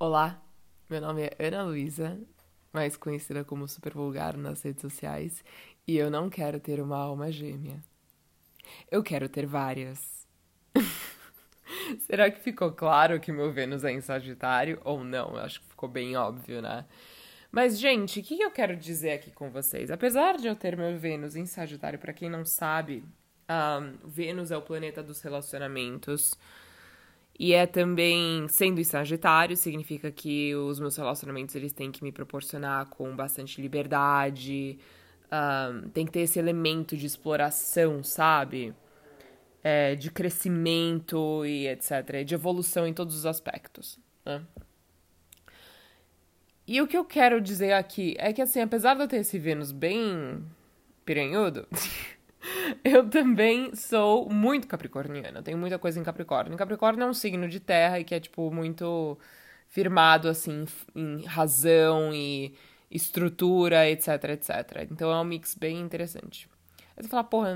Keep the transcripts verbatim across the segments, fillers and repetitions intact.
Olá, meu nome é Ana Luísa, mais conhecida como Super Vulgar nas redes sociais, e eu não quero ter uma alma gêmea. Eu quero ter várias. Será que ficou claro que meu Vênus é em Sagitário ou não? Eu acho que ficou bem óbvio, né? Mas, gente, o que eu quero dizer aqui com vocês? Apesar de eu ter meu Vênus em Sagitário, pra quem não sabe, um, Vênus é o planeta dos relacionamentos. E é também, sendo em Sagitário, significa que os meus relacionamentos eles têm que me proporcionar com bastante liberdade, um, tem que ter esse elemento de exploração, sabe? É, de crescimento e etcétera. De evolução em todos os aspectos, né? E o que eu quero dizer aqui é que, assim, apesar de eu ter esse Vênus bem piranhudo, eu também sou muito capricorniana. Eu tenho muita coisa em Capricórnio. Capricórnio é um signo de terra e que é, tipo, muito firmado, assim, em razão e estrutura, etc, etcétera. Então é um mix bem interessante. Aí você fala, porra,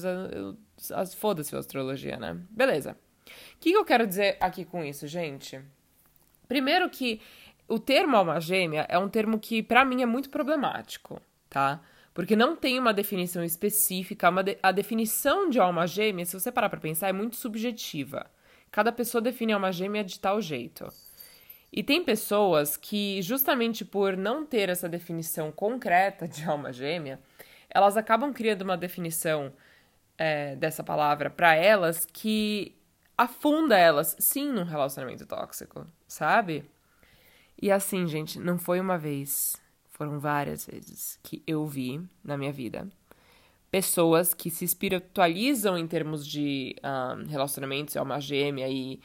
foda-se a astrologia, né? Beleza. O que eu quero dizer aqui com isso, gente? Primeiro que o termo alma gêmea é um termo que, pra mim, é muito problemático, tá? Porque não tem uma definição específica. Uma de- a definição de alma gêmea, se você parar pra pensar, é muito subjetiva. Cada pessoa define alma gêmea de tal jeito. E tem pessoas que, justamente por não ter essa definição concreta de alma gêmea, elas acabam criando uma definição é, dessa palavra pra elas que afunda elas, sim, num relacionamento tóxico, sabe? E assim, gente, não foi uma vez, foram várias vezes que eu vi na minha vida pessoas que se espiritualizam em termos de um, relacionamentos, alma gêmea e,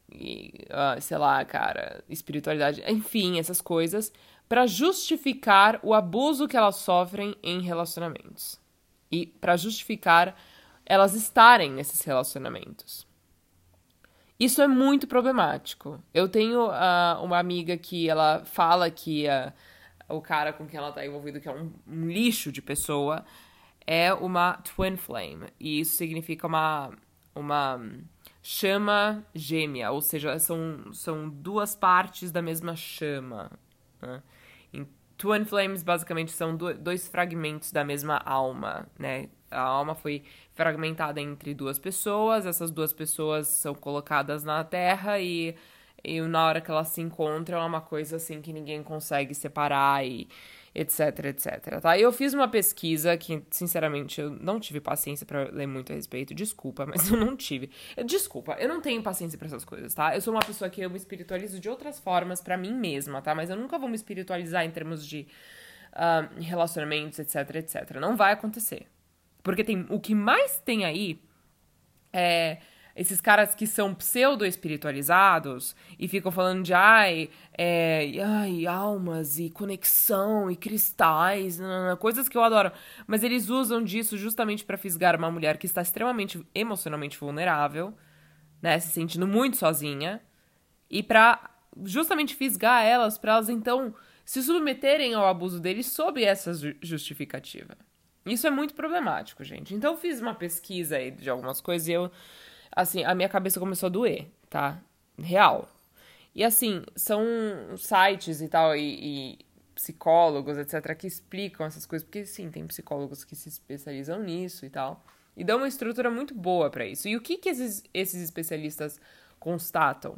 e uh, sei lá, cara, espiritualidade, enfim, essas coisas, pra justificar o abuso que elas sofrem em relacionamentos. E pra justificar elas estarem nesses relacionamentos. Isso é muito problemático. Eu tenho uh, uma amiga que ela fala que uh, o cara com quem ela tá envolvida, que é um, um lixo de pessoa, é uma twin flame. E isso significa uma, uma chama gêmea, ou seja, são, são duas partes da mesma chama. Né? Em twin flames, basicamente, são do, dois fragmentos da mesma alma, né? A alma foi fragmentada entre duas pessoas, essas duas pessoas são colocadas na Terra e, e na hora que elas se encontram é uma coisa assim que ninguém consegue separar e etc, etc, tá? Eu fiz uma pesquisa que, sinceramente, eu não tive paciência pra ler muito a respeito, desculpa, mas eu não tive. Desculpa, eu não tenho paciência pra essas coisas, tá? Eu sou uma pessoa que eu me espiritualizo de outras formas pra mim mesma, tá? Mas eu nunca vou me espiritualizar em termos de uh, relacionamentos, etc, etcétera. Não vai acontecer. Porque tem, o que mais tem aí é esses caras que são pseudo-espiritualizados e ficam falando de ai, é, ai, almas e conexão e cristais, nanana, coisas que eu adoro. Mas eles usam disso justamente pra fisgar uma mulher que está extremamente emocionalmente vulnerável, né, se sentindo muito sozinha, e pra justamente fisgar elas, pra elas então se submeterem ao abuso deles sob essa justificativa. Isso é muito problemático, gente. Então eu fiz uma pesquisa aí de algumas coisas e eu, assim, a minha cabeça começou a doer, tá? Real. E assim, são sites e tal, e, e psicólogos, etcétera, que explicam essas coisas, porque sim, tem psicólogos que se especializam nisso e tal, e dão uma estrutura muito boa pra isso. E o que que esses, esses especialistas constatam?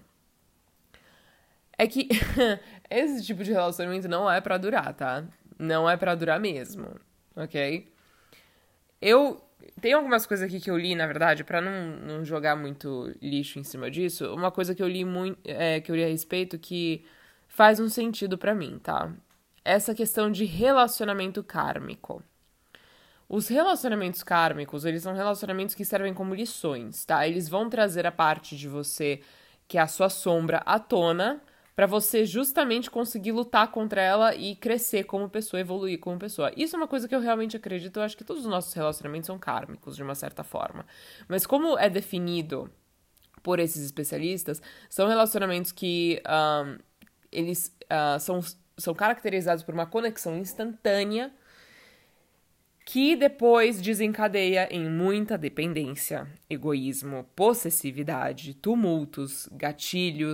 É que esse tipo de relacionamento não é pra durar, tá? Não é pra durar mesmo, ok? Eu tem algumas coisas aqui que eu li, na verdade, pra não, não jogar muito lixo em cima disso. Uma coisa que eu li muito, é, que eu li a respeito que faz um sentido pra mim, tá? Essa questão de relacionamento kármico. Os relacionamentos kármicos, eles são relacionamentos que servem como lições, tá? Eles vão trazer a parte de você que é a sua sombra à tona, pra você justamente conseguir lutar contra ela e crescer como pessoa, evoluir como pessoa. Isso é uma coisa que eu realmente acredito. Eu acho que todos os nossos relacionamentos são kármicos, de uma certa forma. Mas como é definido por esses especialistas, são relacionamentos que um, eles uh, são, são caracterizados por uma conexão instantânea que depois desencadeia em muita dependência, egoísmo, possessividade, tumultos, gatilhos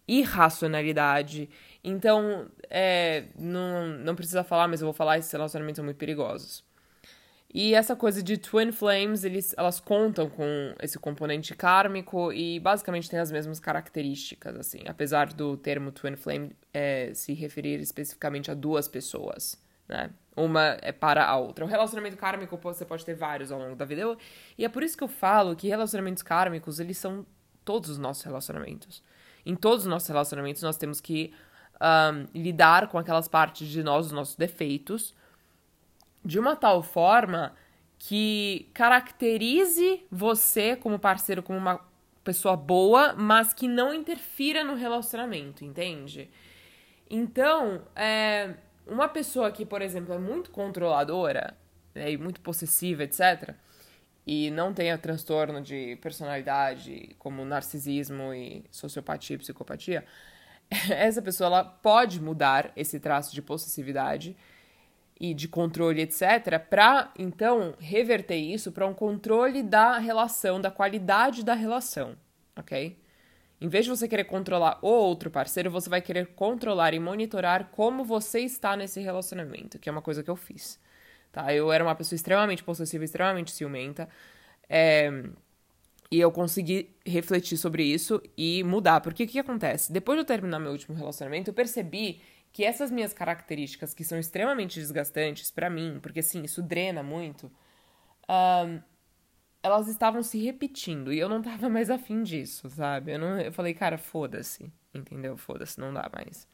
irracionalidade. Então, é, não, não precisa falar, mas eu vou falar, esses relacionamentos são muito perigosos. E essa coisa de Twin Flames, eles, elas contam com esse componente kármico e basicamente tem as mesmas características, assim. Apesar do termo Twin Flame é, se referir especificamente a duas pessoas, né? Uma é para a outra. O relacionamento kármico, você pode ter vários ao longo da vida. E é por isso que eu falo que relacionamentos kármicos, eles são todos os nossos relacionamentos. Em todos os nossos relacionamentos, nós temos que um, lidar com aquelas partes de nós, os nossos defeitos, de uma tal forma que caracterize você como parceiro, como uma pessoa boa, mas que não interfira no relacionamento, entende? Então, é, uma pessoa que, por exemplo, é muito controladora, né, e muito possessiva, etcétera, e não tenha transtorno de personalidade, como narcisismo e sociopatia e psicopatia, essa pessoa ela pode mudar esse traço de possessividade e de controle, etcétera, para, então, reverter isso para um controle da relação, da qualidade da relação, ok? Em vez de você querer controlar o outro parceiro, você vai querer controlar e monitorar como você está nesse relacionamento, que é uma coisa que eu fiz, tá? Eu era uma pessoa extremamente possessiva, extremamente ciumenta, é... e eu consegui refletir sobre isso e mudar, porque o que acontece? Depois de eu terminar meu último relacionamento, eu percebi que essas minhas características, que são extremamente desgastantes pra mim, porque, assim, isso drena muito, um, elas estavam se repetindo, e eu não tava mais afim disso, sabe? Eu, não, eu falei, cara, foda-se, entendeu? Foda-se, não dá mais.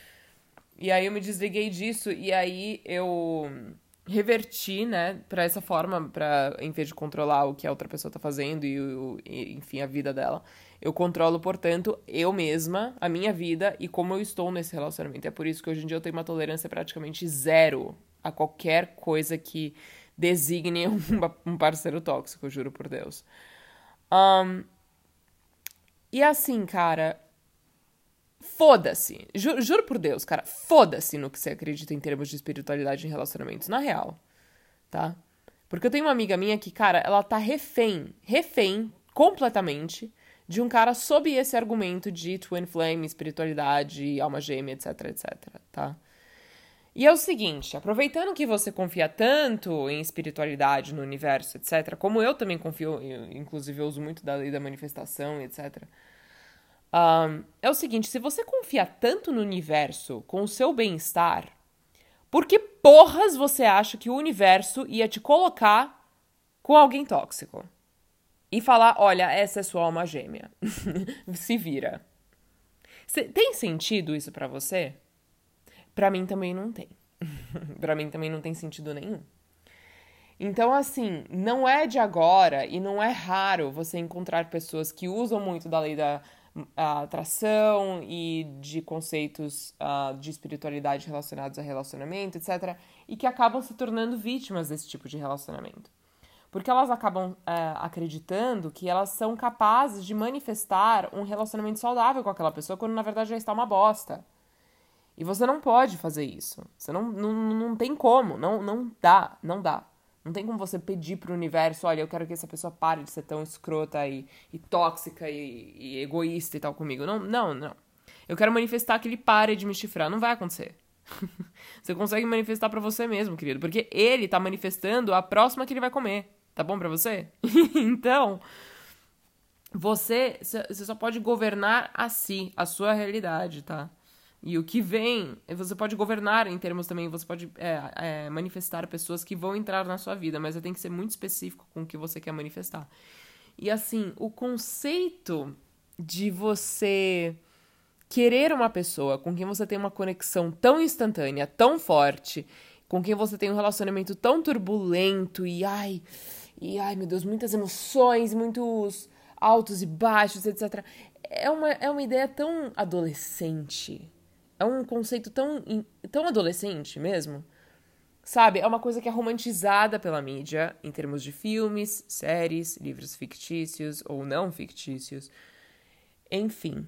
E aí eu me desliguei disso, e aí eu reverti, né, pra essa forma, pra, em vez de controlar o que a outra pessoa tá fazendo e, o, e enfim, a vida dela, eu controlo, portanto, eu mesma, a minha vida e como eu estou nesse relacionamento. É por isso que hoje em dia eu tenho uma tolerância praticamente zero a qualquer coisa que designe um, um parceiro tóxico, juro por Deus. Um, e assim, cara, foda-se. Juro, juro por Deus, cara, foda-se no que você acredita em termos de espiritualidade em relacionamentos, na real, tá? Porque eu tenho uma amiga minha que, cara, ela tá refém, refém, completamente, de um cara sob esse argumento de twin flame, espiritualidade, alma gêmea, etc, etcétera, tá? E é o seguinte, aproveitando que você confia tanto em espiritualidade, no universo, etcétera, como eu também confio, eu, inclusive eu uso muito da lei da manifestação, etcétera, um, é o seguinte, se você confia tanto no universo com o seu bem-estar, por que porras você acha que o universo ia te colocar com alguém tóxico? E falar, olha, essa é sua alma gêmea. Se vira. Cê, tem sentido isso pra você? Pra mim também não tem. Pra mim também não tem sentido nenhum. Então, assim, não é de agora e não é raro você encontrar pessoas que usam muito da lei da atração e de conceitos uh, de espiritualidade relacionados a relacionamento, etcétera, e que acabam se tornando vítimas desse tipo de relacionamento. Porque elas acabam é, acreditando que elas são capazes de manifestar um relacionamento saudável com aquela pessoa, quando na verdade já está uma bosta. E você não pode fazer isso. Você não, não, não tem como. Não, não dá. Não dá. Não tem como você pedir pro universo, olha, eu quero que essa pessoa pare de ser tão escrota e, e tóxica e, e egoísta e tal comigo. Não, não, não. Eu quero manifestar que ele pare de me chifrar. Não vai acontecer. Você consegue manifestar pra você mesmo, querido. Porque ele tá manifestando a próxima que ele vai comer. Tá bom pra você? Então, você, você só pode governar a si, a sua realidade, tá? E o que vem, você pode governar em termos também, você pode é, é, manifestar pessoas que vão entrar na sua vida, mas você tem que ser muito específico com o que você quer manifestar. E assim, o conceito de você querer uma pessoa com quem você tem uma conexão tão instantânea, tão forte, com quem você tem um relacionamento tão turbulento e ai... E, ai, meu Deus, muitas emoções, muitos altos e baixos, etcétera. É uma, é uma ideia tão adolescente. É um conceito tão, tão adolescente mesmo. Sabe? É uma coisa que é romantizada pela mídia, em termos de filmes, séries, livros fictícios ou não fictícios. Enfim.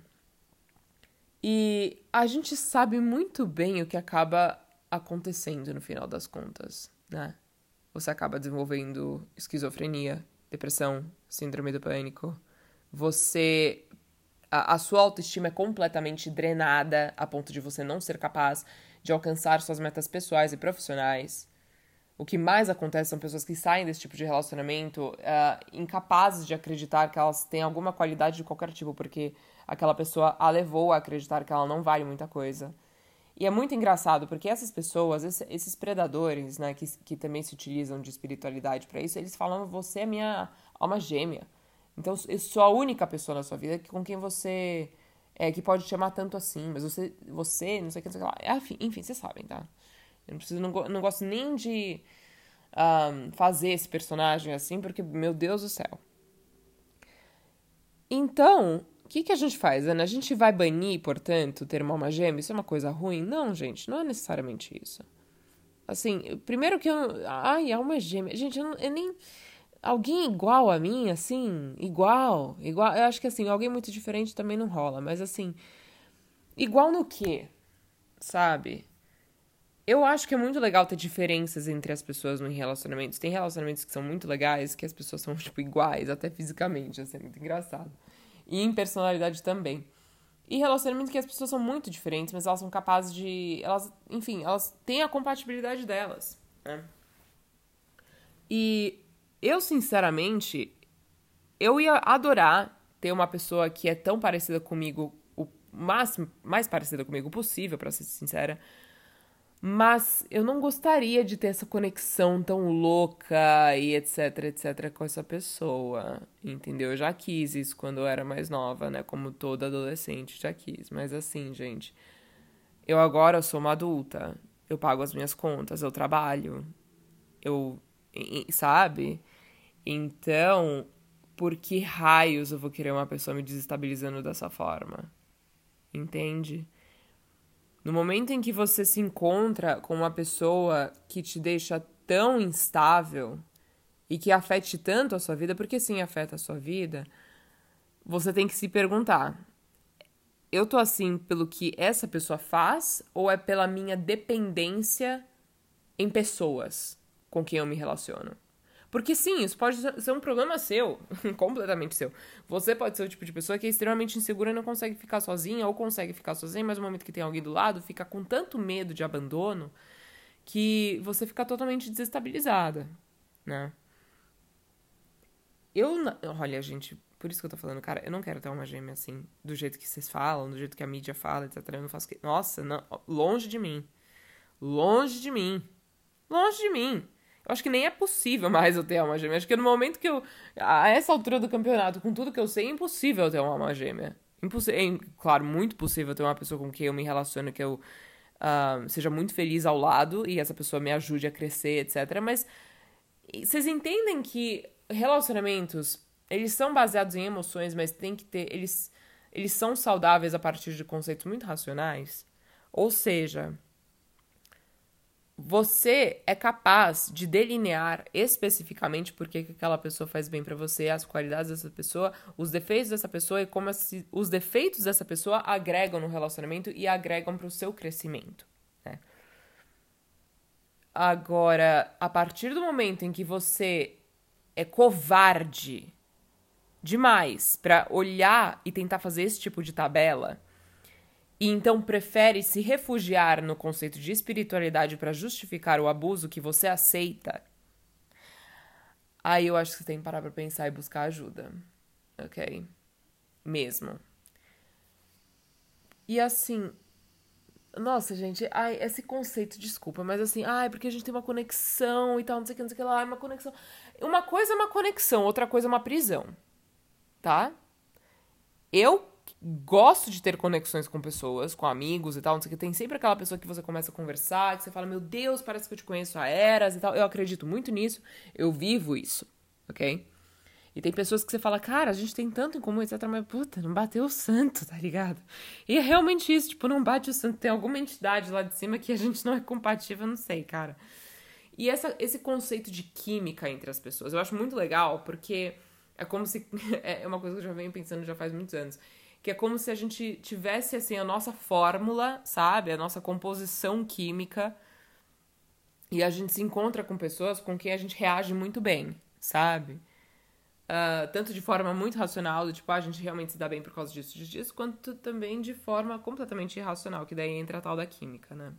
E a gente sabe muito bem o que acaba acontecendo no final das contas, né? Você acaba desenvolvendo esquizofrenia, depressão, síndrome do pânico. Você a, a sua autoestima é completamente drenada a ponto de você não ser capaz de alcançar suas metas pessoais e profissionais. O que mais acontece são pessoas que saem desse tipo de relacionamento uh, incapazes de acreditar que elas têm alguma qualidade de qualquer tipo, porque aquela pessoa a levou a acreditar que ela não vale muita coisa. E é muito engraçado, porque essas pessoas, esse, esses predadores, né, que, que também se utilizam de espiritualidade para isso, eles falam, você é minha alma gêmea. Então, eu sou a única pessoa na sua vida com quem você... É, que pode te amar tanto assim, mas você, você não sei o que, não sei o que lá. Enfim, enfim, vocês sabem, tá? Eu não, preciso, não, não gosto nem de um, fazer esse personagem assim, porque, meu Deus do céu. Então, o que, que a gente faz, Ana? A gente vai banir, portanto, ter uma alma gêmea? Isso é uma coisa ruim? Não, gente, não é necessariamente isso. Assim, primeiro que eu... Ai, alma gêmea. Gente, eu, não, eu nem... Alguém igual a mim, assim, igual, igual... Eu acho que, assim, alguém muito diferente também não rola, mas, assim, igual no quê? Sabe? Eu acho que é muito legal ter diferenças entre as pessoas em relacionamentos. Tem relacionamentos que são muito legais, que as pessoas são, tipo, iguais, até fisicamente, assim, é muito engraçado. E em personalidade também. E relacionamentos que as pessoas são muito diferentes, mas elas são capazes de... Elas, enfim, elas têm a compatibilidade delas, né? E eu, sinceramente, eu ia adorar ter uma pessoa que é tão parecida comigo, o máximo, mais parecida comigo possível, pra ser sincera. Mas eu não gostaria de ter essa conexão tão louca e etc, etc com essa pessoa, entendeu? Eu já quis isso quando eu era mais nova, né? Como toda adolescente já quis. Mas assim, gente, eu agora sou uma adulta. Eu pago as minhas contas, eu trabalho. Eu, sabe? Então, por que raios eu vou querer uma pessoa me desestabilizando dessa forma? Entende? No momento em que você se encontra com uma pessoa que te deixa tão instável e que afete tanto a sua vida, porque sim, afeta a sua vida, você tem que se perguntar, eu tô assim pelo que essa pessoa faz ou é pela minha dependência em pessoas com quem eu me relaciono? Porque sim, isso pode ser um problema seu, completamente seu. Você pode ser o tipo de pessoa que é extremamente insegura e não consegue ficar sozinha, ou consegue ficar sozinha, mas no momento que tem alguém do lado, fica com tanto medo de abandono que você fica totalmente desestabilizada, né? Eu, olha, gente, por isso que eu tô falando, cara, eu não quero ter uma gêmea assim, do jeito que vocês falam, do jeito que a mídia fala, etcétera. Eu não faço que... Nossa, não, longe de mim. Longe de mim. Longe de mim. Eu acho que nem é possível mais eu ter alma gêmea. Acho que no momento que eu... A essa altura do campeonato, com tudo que eu sei, é impossível eu ter uma alma gêmea. Impossível, é, claro, muito possível ter uma pessoa com quem eu me relaciono, que eu uh, seja muito feliz ao lado e essa pessoa me ajude a crescer, etcétera. Mas vocês entendem que relacionamentos, eles são baseados em emoções, mas tem que ter... Eles, eles são saudáveis a partir de conceitos muito racionais? Ou seja... Você é capaz de delinear especificamente por que aquela pessoa faz bem pra você, as qualidades dessa pessoa, os defeitos dessa pessoa e como os defeitos dessa pessoa agregam no relacionamento e agregam pro seu crescimento, né? Agora, a partir do momento em que você é covarde demais pra olhar e tentar fazer esse tipo de tabela... E então prefere se refugiar no conceito de espiritualidade para justificar o abuso que você aceita, aí eu acho que você tem que parar pra pensar e buscar ajuda. Ok? Mesmo. E assim... Nossa, gente, ai, esse conceito, desculpa, mas assim, ai, porque a gente tem uma conexão e tal, não sei o que, não sei o que lá, é uma conexão. Uma coisa é uma conexão, outra coisa é uma prisão. Tá? Eu gosto de ter conexões com pessoas, com amigos e tal, não sei o que. Tem sempre aquela pessoa que você começa a conversar, que você fala, meu Deus, parece que eu te conheço há eras e tal. Eu acredito muito nisso, eu vivo isso, ok? E tem pessoas que você fala, cara, a gente tem tanto em comum, etcétera. Mas, puta, não bateu o santo, tá ligado? E é realmente isso, tipo, não bate o santo. Tem alguma entidade lá de cima que a gente não é compatível, não sei, cara. E essa, esse conceito de química entre as pessoas, eu acho muito legal, porque é como se... É uma coisa que eu já venho pensando já faz muitos anos. Que é como se a gente tivesse, assim, a nossa fórmula, sabe? A nossa composição química. E a gente se encontra com pessoas com quem a gente reage muito bem, sabe? Uh, tanto de forma muito racional, do tipo, ah, a gente realmente se dá bem por causa disso, disso, disso, quanto também de forma completamente irracional, que daí entra a tal da química, né?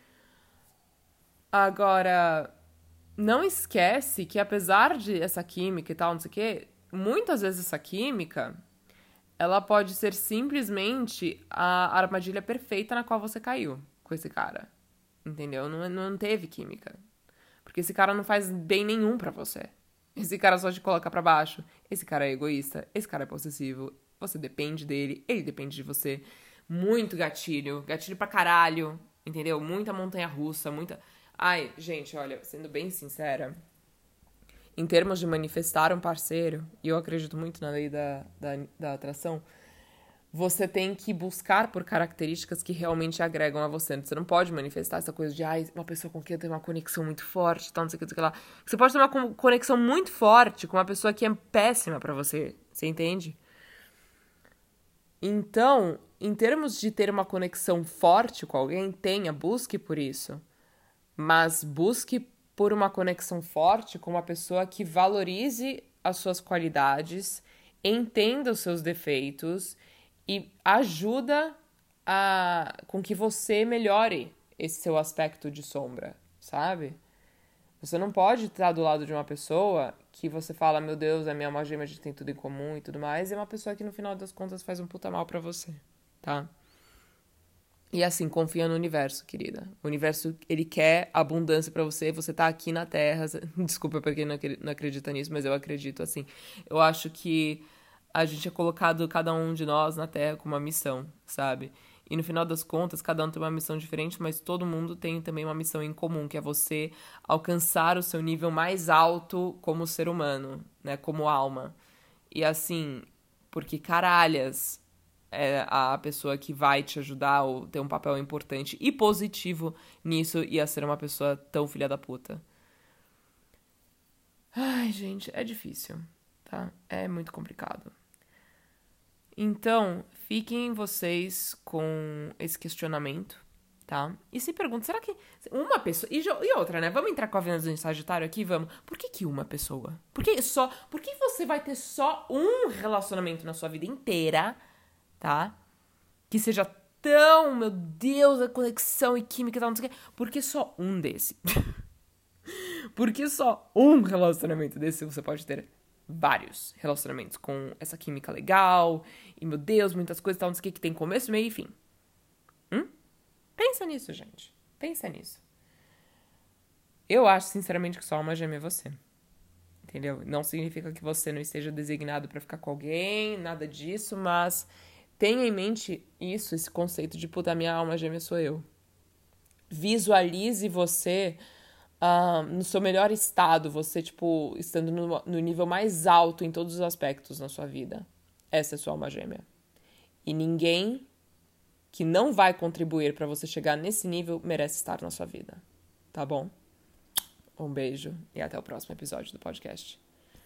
Agora, não esquece que apesar de essa química e tal, não sei o quê, muitas vezes essa química, ela pode ser simplesmente a armadilha perfeita na qual você caiu com esse cara, entendeu? Não, não teve química. Porque esse cara não faz bem nenhum pra você. Esse cara só te coloca pra baixo. Esse cara é egoísta. Esse cara é possessivo. Você depende dele. Ele depende de você. Muito gatilho. Gatilho pra caralho. Entendeu? Muita montanha-russa. Muita... Ai, gente, olha, sendo bem sincera, em termos de manifestar um parceiro, e eu acredito muito na lei da, da, da atração, você tem que buscar por características que realmente agregam a você. Você não pode manifestar essa coisa de, ai, uma pessoa com quem eu tenho uma conexão muito forte, tal, não sei o que, não sei o que lá. Você pode ter uma conexão muito forte com uma pessoa que é péssima pra você. Você entende? Então, em termos de ter uma conexão forte com alguém, tenha, busque por isso. Mas busque por uma conexão forte com uma pessoa que valorize as suas qualidades, entenda os seus defeitos e ajuda a, com que você melhore esse seu aspecto de sombra, sabe? Você não pode estar do lado de uma pessoa que você fala, meu Deus, a minha alma gêmea, a gente tem tudo em comum e tudo mais, e é uma pessoa que no final das contas faz um puta mal pra você, tá? E assim, confia no universo, querida. O universo, ele quer abundância pra você, você tá aqui na Terra. Desculpa pra quem não acredita nisso, mas eu acredito, assim. Eu acho que a gente é colocado, cada um de nós, na Terra com uma missão, sabe? E no final das contas, cada um tem uma missão diferente, mas todo mundo tem também uma missão em comum, que é você alcançar o seu nível mais alto como ser humano, né? Como alma. E assim, porque caralhas... é a pessoa que vai te ajudar ou ter um papel importante e positivo nisso ia ser uma pessoa tão filha da puta. Ai, gente, é difícil, tá? É muito complicado. Então, fiquem vocês com esse questionamento, tá? E se perguntem, será que uma pessoa... E, e outra, né? Vamos entrar com a Vênus em Sagitário aqui? Vamos. Por que que uma pessoa? Por que só... Por que você vai ter só um relacionamento na sua vida inteira... tá? Que seja tão, meu Deus, a conexão e química e tal, não sei o quê. Por que só um desse? Por que só um relacionamento desse? Você pode ter vários relacionamentos com essa química legal e, meu Deus, muitas coisas e tal, não sei o quê, que tem começo, meio e fim. Hum? Pensa nisso, gente. Pensa nisso. Eu acho, sinceramente, que só uma gêmea é você. Entendeu? Não significa que você não esteja designado pra ficar com alguém, nada disso, mas... tenha em mente isso, esse conceito de, puta, minha alma gêmea sou eu. Visualize você uh, no seu melhor estado, você, tipo, estando no, no nível mais alto em todos os aspectos na sua vida. Essa é a sua alma gêmea. E ninguém que não vai contribuir pra você chegar nesse nível merece estar na sua vida. Tá bom? Um beijo e até o próximo episódio do podcast.